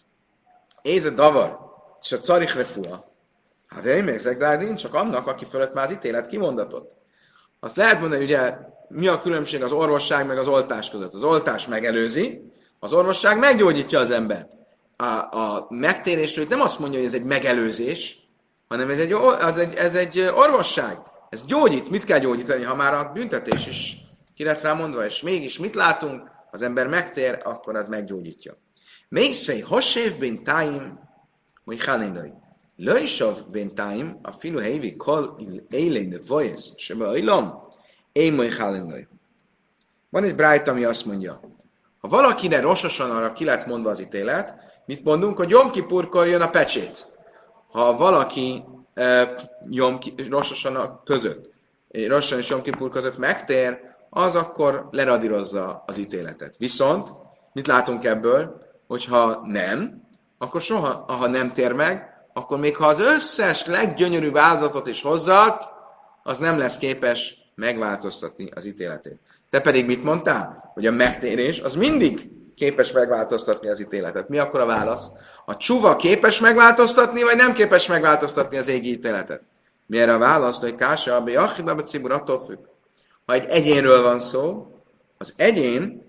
Éze davar, és a carich refua. Hát én még zegdárdin, csak annak, aki fölött már az ítélet kimondatott. Azt lehet mondani, ugye, mi a különbség az orvosság meg az oltás között? Az oltás megelőzi, az orvosság meggyógyítja az ember. A, a megtérésről nem azt mondja, hogy ez egy megelőzés, hanem ez egy, az egy, ez egy orvosság. Ez gyógyít. Mit kell gyógyítani, ha már a büntetés is ki lett rá mondva, és mégis mit látunk? Az ember megtér, akkor az meggyógyítja. Mészfej, hosév ben táim, vagy halindai. Lőjsav ben táim, a filu heivi kol élén de vojes, sebe ajlom, én majd halindai. Van egy brájt, ami azt mondja, ha valakire rososan arra ki lett mondva az ítélet, mit mondunk, hogy Jom Kipurkor jön a pecsét. Ha valaki e, rososan között, rososan és Jom Kipur között megtér, az akkor leradírozza az ítéletet. Viszont, mit látunk ebből, hogyha nem, akkor soha, ha nem tér meg, akkor még ha az összes leggyönyörűbb áldozatot is hozza, az nem lesz képes megváltoztatni az ítéletét. Te pedig mit mondtál? Hogy a megtérés az mindig képes megváltoztatni az ítéletet. Mi akkor a válasz? A csuva képes megváltoztatni, vagy nem képes megváltoztatni az égi ítéletet? Mi erre a válasz? Hogy kása, abbi achidabe cibur attól függ. Ha egy egyénről van szó, az egyén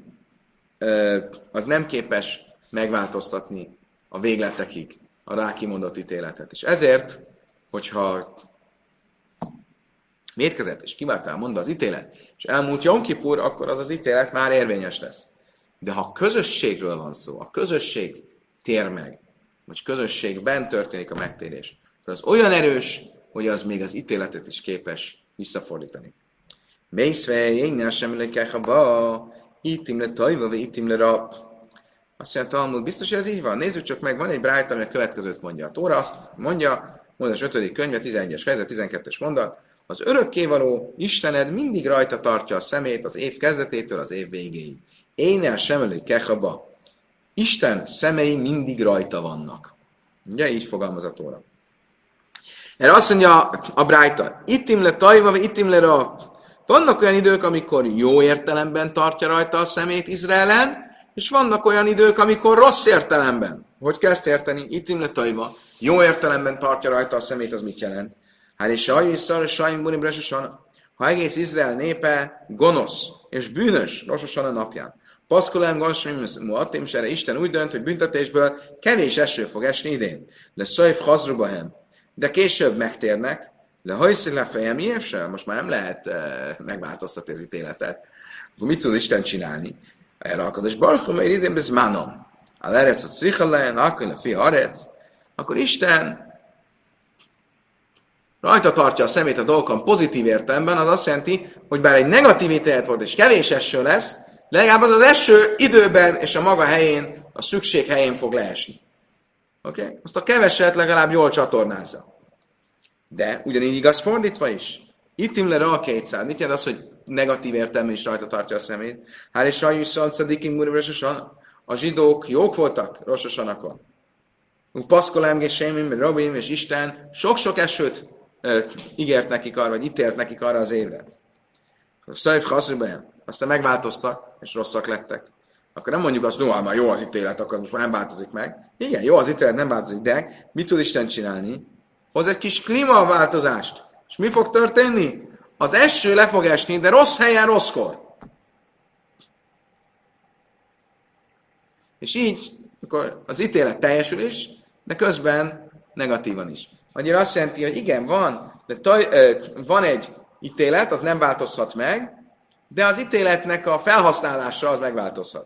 az nem képes megváltoztatni a végletekig a rá kimondott ítéletet. És ezért, hogyha vétkezett és kiváltál mondva az ítélet, és elmúlt Jom Kipur, akkor az az ítélet már érvényes lesz. De ha közösségről van szó, a közösség tér meg, vagy közösségben történik a megtérés, akkor az olyan erős, hogy az még az ítéletet is képes visszafordítani. Mészve, én sem lekechaba, ítim le tajva, vagy ítim le rab. Azt mondja, Talmud, biztos, hogy ez így van? Nézzük csak meg, van egy brájt, ami a következőt mondja. A Tóra azt mondja, Mózes ötödik könyve, tizenegyes fejezet, tizenkettes mondat, Az örökkévaló Istened mindig rajta tartja a szemét az év kezdetétől az év végéig. Énel semelő kechaba. Isten szemei mindig rajta vannak. Ugye, így fogalmaz a Tóra. Erre azt mondja a Brájta, ittim le tajva, vagy ittim le ra. Vannak olyan idők, amikor jó értelemben tartja rajta a szemét Izraelen, és vannak olyan idők, amikor rossz értelemben. Hogy kell ezt érteni? Ittim le tajva. Jó értelemben tartja rajta a szemét, az mit jelent? Hát és sajj és szar, és sajj bunim resosana. Ha egész Izrael népe gonosz és bűnös Rososana napján. Paszkolám gonoszmim muatim, és erre Isten úgy dönt, hogy büntetésből kevés eső fog esni idén. Le szajf hazrubahem. De később megtérnek, le hajszik le fejem, ilyen sem, most már nem lehet uh, megváltoztatni az ítéletet. Akkor mit tud Isten csinálni? Erre akadás barchom, mert idén bez mánom. A lerec a crichalen, akkor le fi arec. Akkor Isten rajta tartja a szemét a dolgokon pozitív értelemben, az azt jelenti, hogy bár egy negatív ítélet volt, és kevés eső lesz, legalább az az eső időben és a maga helyén, a szükség helyén fog leesni. Oké? Okay? Azt a keveset legalább jól csatornázza. De ugyanígy igaz fordítva is. Ittim le a kétszáz. Mit jelent az, hogy negatív értelemben is rajta tartja a szemét? Hár és sajjus szalcadikim muribrösösan. A zsidók jók voltak Rososanakon. Paszkolám és Sémim, Robim és Isten sok-sok esőt ö, ígért nekik arra, vagy ítélt nekik arra az évre. Szajf haszruben. Aztán megváltoztak, és rosszak lettek. Akkor nem mondjuk azt, no, már jó az ítélet, akkor most már nem változik meg. Igen, jó az ítélet, nem változik, de mit tud Isten csinálni? Hoz egy kis klímaváltozást. És mi fog történni? Az eső le fog esni, de rossz helyen, rosszkor. És így, akkor az ítélet teljesül is, de közben negatívan is. Annyira azt jelenti, hogy igen, van, de taj, ö, van egy ítélet, az nem változhat meg, de az ítéletnek a felhasználása az megváltozhat.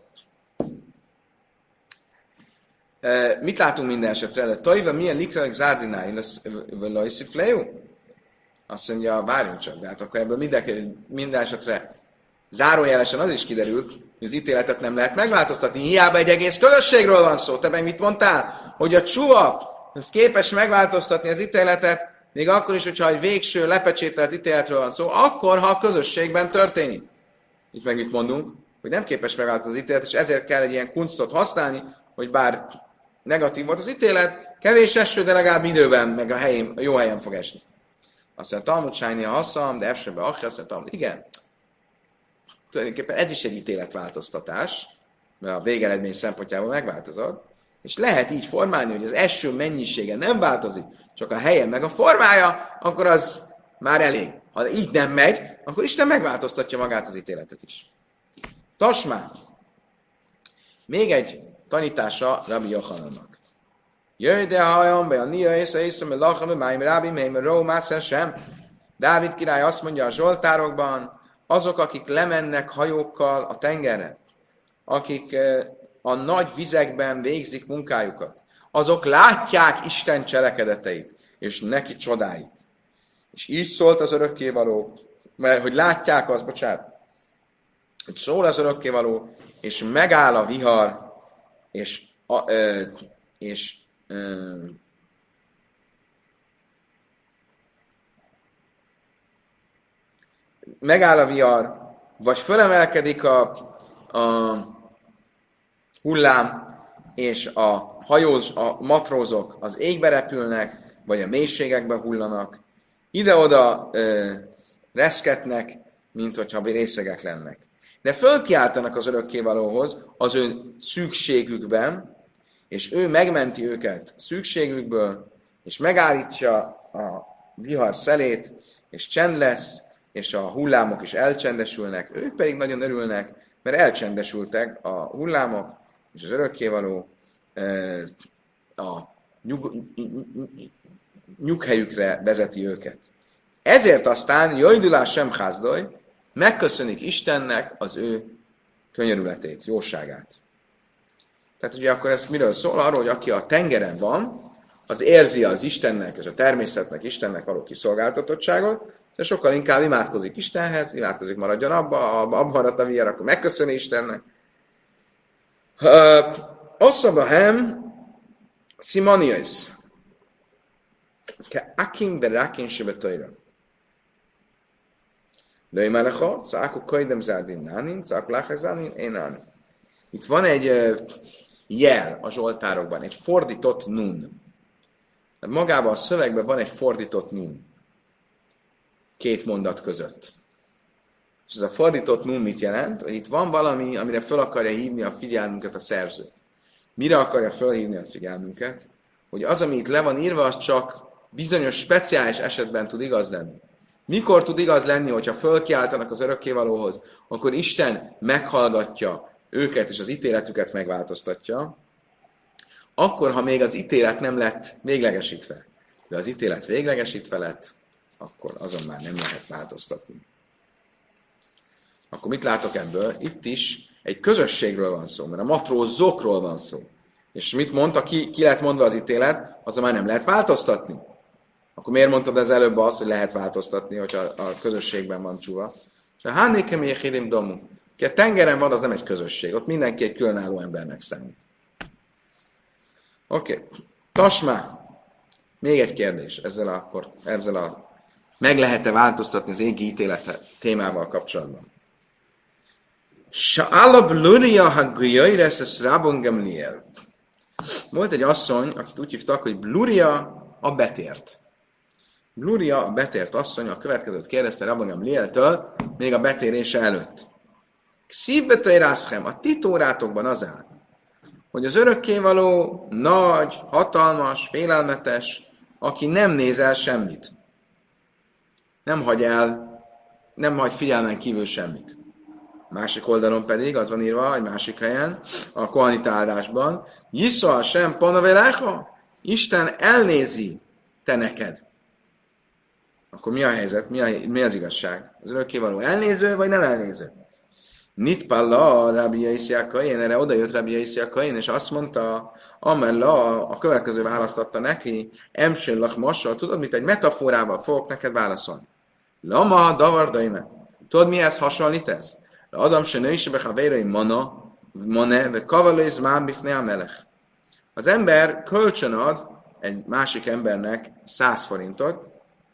E, mit látunk minden esetre? De tajva milyen likralik zárdinái lajsziflejú? Azt mondja, várjunk csak, de hát akkor ebből minden, minden esetre zárójelesen az is kiderült, hogy az ítéletet nem lehet megváltoztatni. Hiába egy egész közösségről van szó. Te meg mit mondtál? Hogy a csuva az képes megváltoztatni az ítéletet, még akkor is, hogyha egy végső lepecsételt ítéletről van szó, akkor, ha a közösségben történik. Itt meg mit mondunk? Hogy nem képes megváltozni az ítélet, és ezért kell egy ilyen kunctot használni, hogy bár negatív volt az ítélet, kevés eső, de legalább időben, meg a, helyén, a jó helyen fog esni. Azt mondja, Talmud Sájni a haszam, de elsőben Achja, azt mondja, Talmud, igen. Tulajdonképpen ez is egy ítéletváltoztatás, mert a végeredmény szempontjából megváltozott, és lehet így formálni, hogy az eső mennyisége nem változik, csak a helye meg a formája, akkor az már elég. Ha így nem megy, akkor Isten megváltoztatja magát az ítéletet is. Tasmá! Még egy tanítása Rabbi Jochanannak. Jöjj de hajam be a nia észre észre, mert lacham, mert máim rábim, mert rómász sem. Dávid király azt mondja a Zsoltárokban, azok, akik lemennek hajókkal a tengerre, akik a nagy vizekben végzik munkájukat, azok látják Isten cselekedeteit, és neki csodáit. És így szólt az örökkévaló, mert hogy látják azt, bocsánat, hogy szól az örökkévaló, és megáll a vihar, és, a, ö, és ö, megáll a vihar, vagy fölemelkedik a, a hullám, és a hajóz, a matrózok az égbe repülnek, vagy a mélységekbe hullanak, ide-oda ö, reszketnek, mint hogyha részegek lennek. De fölkiáltanak az örökkévalóhoz az ő szükségükben, és ő megmenti őket szükségükből, és megállítja a vihar szelét, és csend lesz, és a hullámok is elcsendesülnek, ők pedig nagyon örülnek, mert elcsendesültek a hullámok, és az örökkévaló a nyug, nyughelyükre vezeti őket. Ezért aztán Jajdulás sem házdoj, megköszönik Istennek az ő könyörületét, jóságát. Tehát ugye akkor ez miről szól? Arról, hogy aki a tengeren van, az érzi az Istennek és a természetnek, Istennek való kiszolgáltatottságot, és sokkal inkább imádkozik Istenhez, imádkozik, maradjon abba, abba maradt a vihar, akkor megköszöni Istennek. Osszabahem Simonius. Ke akim berakin sebetoira. Löjmelecha, cáku kajdem zárdin nánin, cáku láhák zárdin, én nánin. Itt van egy uh, jel a zsoltárokban, egy fordított nun. Magában a szövegben van egy fordított nun. Két mondat között. És ez a fordított nun mit jelent? Hogy itt van valami, amire fel akarja hívni a figyelmünket a szerző. Mire akarja felhívni a figyelmünket? Hogy az, ami itt le van írva, az csak bizonyos speciális esetben tud igaz lenni. Mikor tud igaz lenni, hogyha fölkiáltanak az örökkévalóhoz, akkor Isten meghallgatja őket, és az ítéletüket megváltoztatja, akkor, ha még az ítélet nem lett véglegesítve, de az ítélet véglegesítve lett, akkor azon már nem lehet változtatni. Akkor mit látok ebből? Itt is egy közösségről van szó, mert a matrózokról van szó. És mit mondta, ki, ki lett mondva az ítélet, azon már nem lehet változtatni. Akkor miért mondtad az előbb azt, hogy lehet változtatni, hogyha a közösségben van csúva? És a hánékem éjhédim domu. Ki a tengeren van, az nem egy közösség. Ott mindenki egy különálló embernek számít. Oké. Okay. Tasmá. Még egy kérdés ezzel a, akkor, ezzel a meg lehet-e változtatni az égi ítélet témával kapcsolatban. Sa'ala bluria hagriyaires es Rabban Gamliel. Volt egy asszony, akit úgy hívtak, hogy Bluria a betért. Bluria a betért asszony a következőt kérdezte Rabban Gamlieltől, még a betérése előtt. Szívbetei rászhem, a ti tórátokban az áll, hogy az örökkévaló, nagy, hatalmas, félelmetes, aki nem néz el semmit. Nem hagy el, nem hagy figyelmen kívül semmit. Másik oldalon pedig, az van írva egy másik helyen, a kohanita áldásban, Jiszol sem panavelecha, Isten elnézi te neked. Akkor mi a helyzet? Mi, a, mi az igazság? Az örökkévaló elnéző, vagy nem elnéző? Nitpalla Rabbi Yaiszi Kain, erre oda jött Rabbi Yaiszi Kain, és azt mondta, amella a következő választotta neki, Emsélach Massa, tudod mit, egy metaforával fogok neked válaszolni. Lama davardaime. Tudod mihez hasonlít ez? Adam se nő is behavérai mana, mane, ve kavalóiz mám bifné a melech. Az ember kölcsön ad egy másik embernek száz forintot,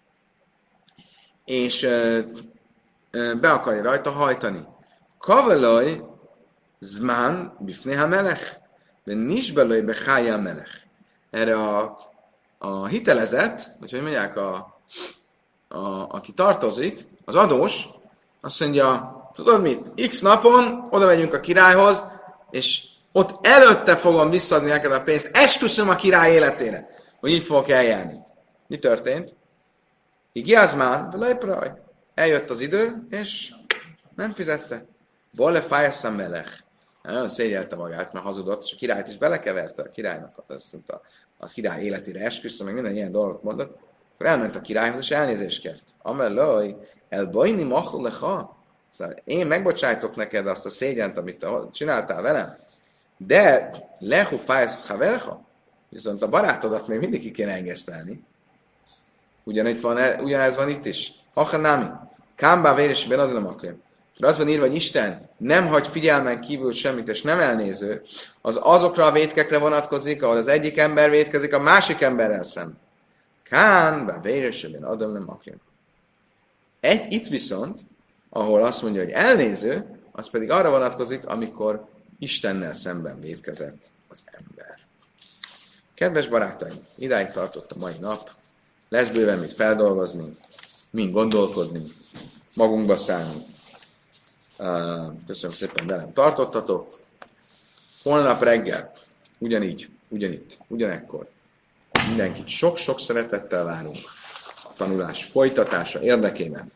és ö, ö, be akarja rajta hajtani. Kavalói zmán bifné a melech, de nincs belőle behája a melech. Erre a, a hitelezett, vagy hogy mondják, a, a, aki tartozik, az adós, azt mondja, tudod mit? X napon oda megyünk a királyhoz, és ott előtte fogom visszaadni neked a pénzt. Esküszöm a király életére, hogy így fogok eljárni. Mi történt? Igiazmán, lejpraj. Eljött az idő, és nem fizette. Bolle fájszam melech. Nagyon szégyelte magát, mert hazudott, és a királyt is belekeverte a királynak. Azt mondta, a király életére esküszöm, meg minden ilyen dolgot mondott. Akkor elment a királyhoz, és elnézést kért. Amellaj, el bajni machul lecha. Szóval én megbocsájtok neked azt a szégyent, amit csináltál velem, de lehu fájsz haverha, viszont a barátodat még mindig ki kéne engesztelni. Ugyanitt van, ugyanez van itt is. Hachanámi, kámbá vérésében adom akém. Az van írva, hogy Isten nem hagy figyelmen kívül semmit, és nem elnéző, az azokra a vétkekre vonatkozik, ahol az egyik ember vétkezik a másik emberrel szemben. Kámbá vérésében adom akém. Egy, itt viszont, ahol azt mondja, hogy elnéző, az pedig arra vonatkozik, amikor Istennel szemben vétkezett az ember. Kedves barátaim, idáig tartott a mai nap, lesz bőven mit feldolgozni, mind gondolkodni, magunkba szállni. Köszönöm szépen, velem tartottatok. Holnap reggel, ugyanígy, ugyanitt, ugyanekkor mindenkit sok-sok szeretettel várunk a tanulás folytatása érdekében.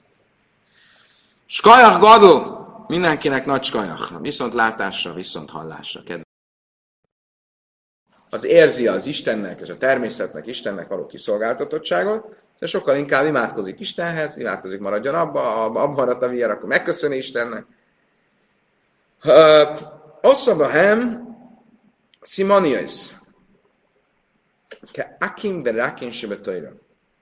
Skajach gadol! Mindenkinek nagy skajach. Viszont látásra, viszont hallásra. Kedves. Az érzi az Istennek és a természetnek, Istennek való kiszolgáltatottságot, de sokkal inkább imádkozik Istenhez, imádkozik, maradjon abba, abba maradt a vier, akkor megköszöni Istennek. Osszabahem Simonius. Ke akim verakin sebetoira.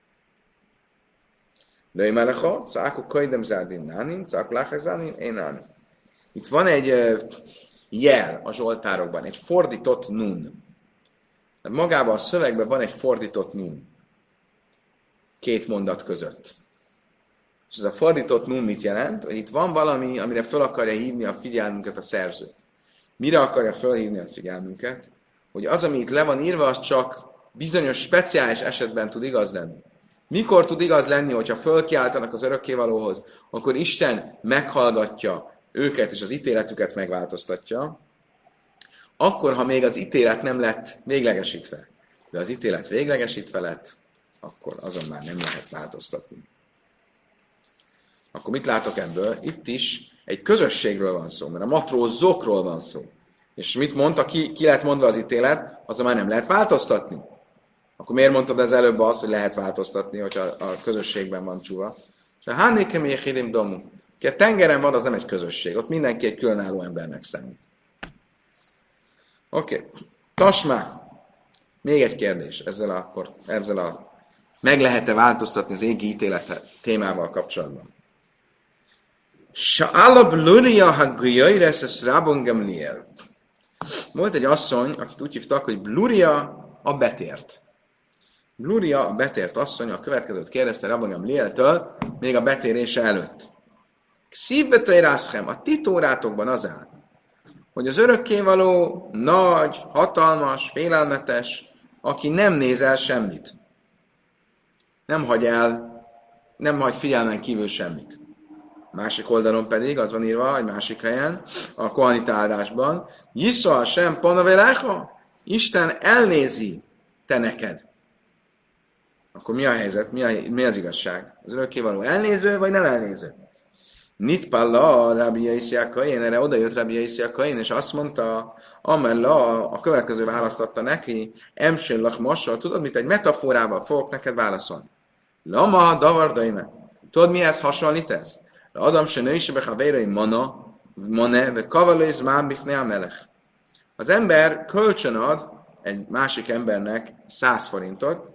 Löjmelecha, cáku kajdem zárdin nánin, cáku láhák zárdin, én nánin. Itt van egy uh, jel a zsoltárokban, egy fordított nun. Magában a szövegben van egy fordított nun. Két mondat között. És ez a fordított nun mit jelent? Hogy itt van valami, amire fel akarja hívni a figyelmünket a szerző. Mire akarja felhívni a figyelmünket? Hogy az, ami itt le van írva, az csak bizonyos speciális esetben tud igaz lenni. Mikor tud igaz lenni, hogyha fölkiáltanak az örökkévalóhoz, akkor Isten meghallgatja őket, és az ítéletüket megváltoztatja, akkor, ha még az ítélet nem lett véglegesítve, de az ítélet véglegesítve lett, akkor azon már nem lehet változtatni. Akkor mit látok ebből? Itt is egy közösségről van szó, mert a matrózokról van szó. És mit mondta, ki, ki lett mondva az ítélet, azon már nem lehet változtatni. Akkor miért mondtad az előbb azt, hogy lehet változtatni, hogyha a közösségben van csúva? És a hánékem éhidim domu. Ki a tengeren van, az nem egy közösség. Ott mindenki egy különálló embernek számít. Oké. Okay. Tasmá. Még egy kérdés ezzel a, ezzel a meg lehet-e változtatni az égi ítélet témával kapcsolatban. Sa'ala bluria hagriyaires es Rabban Gamliel. Volt egy asszony, akit úgy hívtak, hogy Bluria a betért. Bluria a betért asszony a következőt kérdezte Rabban Gamlieltől, még a betérése előtt. Szívbetei rászhem, a ti tórátokban az áll, hogy az örökkévaló nagy, hatalmas, félelmetes, aki nem néz el semmit. Nem hagy el, nem hagy figyelmen kívül semmit. Másik oldalon pedig, az van írva, egy másik helyen, a kohanita áldásban, Jiszol sem panavelecha, Isten elnézi te neked. Akkor mi a helyzet? Mi, a, mi az igazság? Az örökkévaló elnéző, vagy nem elnéző? Nitpalla Rabbi Yisrael Kain, erre oda jött Rabbi Yisrael Kain, és azt mondta, amella a következő választ adta neki, Emsillach Massa, tudod mit, egy metaforával fogok neked válaszolni. Lama davardaime. Tudod mihez hasonlít ez? Adam se nő is behavérai mana, mane, ve kavalóiz mám bifné a melech. Az ember kölcsön ad egy másik embernek száz forintot,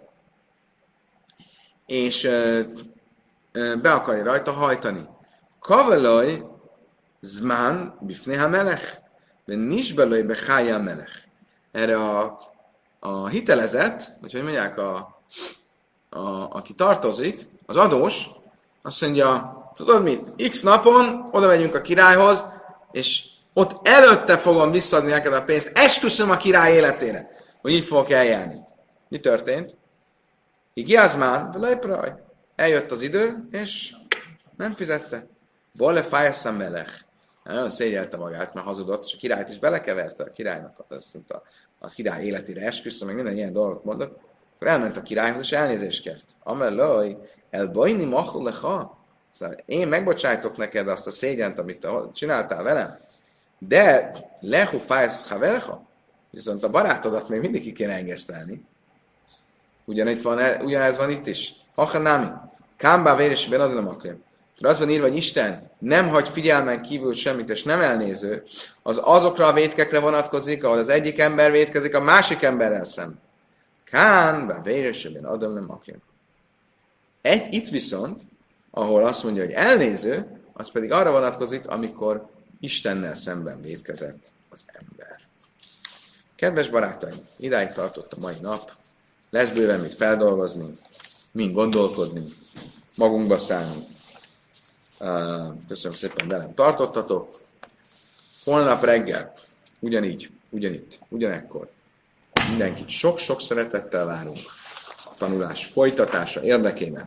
és ö, ö, be akarja rajta hajtani. Kavalói zmán bifné a melech, de nincs belőle behája a melech. Erre a, a hitelezett, vagy hogy mondják, a, a, aki tartozik, az adós, azt mondja, tudod mit? X napon oda megyünk a királyhoz, és ott előtte fogom visszaadni neked a pénzt. Esküszöm a király életére, hogy így fogok eljárni. Mi történt? Igiázmán, velejpraj. Eljött az idő, és nem fizette. Bolle fájszam melech. Nagyon szégyelte magát, mert hazudott, és a királyt is belekeverte a királynak. Azt mondta, a király életére esküszöm, meg minden ilyen dolgot mondott. Akkor elment a királyhoz, és elnézést kért. Amellaj, elbajni machulecha. Szóval én megbocsájtok neked azt a szégyent, amit te csináltál velem, de lehu fájsz haverha, viszont a barátodat még mindig ki kéne engesztelni. Ugyanitt van, ugyanez van itt is. Hachanámi, kámbá vérésében adom akkor. Az van írva, hogy Isten nem hagy figyelmen kívül semmit, és nem elnéző, az azokra a vétkekre vonatkozik, ahol az egyik ember vétkezik a másik emberrel szemben. Kámbá vérésében adom akkor. Egy, itt viszont, ahol azt mondja, hogy elnéző, az pedig arra vonatkozik, amikor Istennel szemben vétkezett az ember. Kedves barátaim, idáig tartott a mai nap, lesz bőven mit feldolgozni, mind gondolkodni, magunkba szállni. Köszönöm szépen, velem tartottatok. Holnap reggel, ugyanígy, ugyanitt, ugyanekkor mindenkit sok-sok szeretettel várunk a tanulás folytatása érdekében.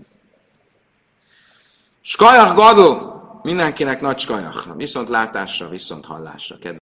Skajach gadol! Mindenkinek nagy skajach. Viszont látásra, viszont hallásra.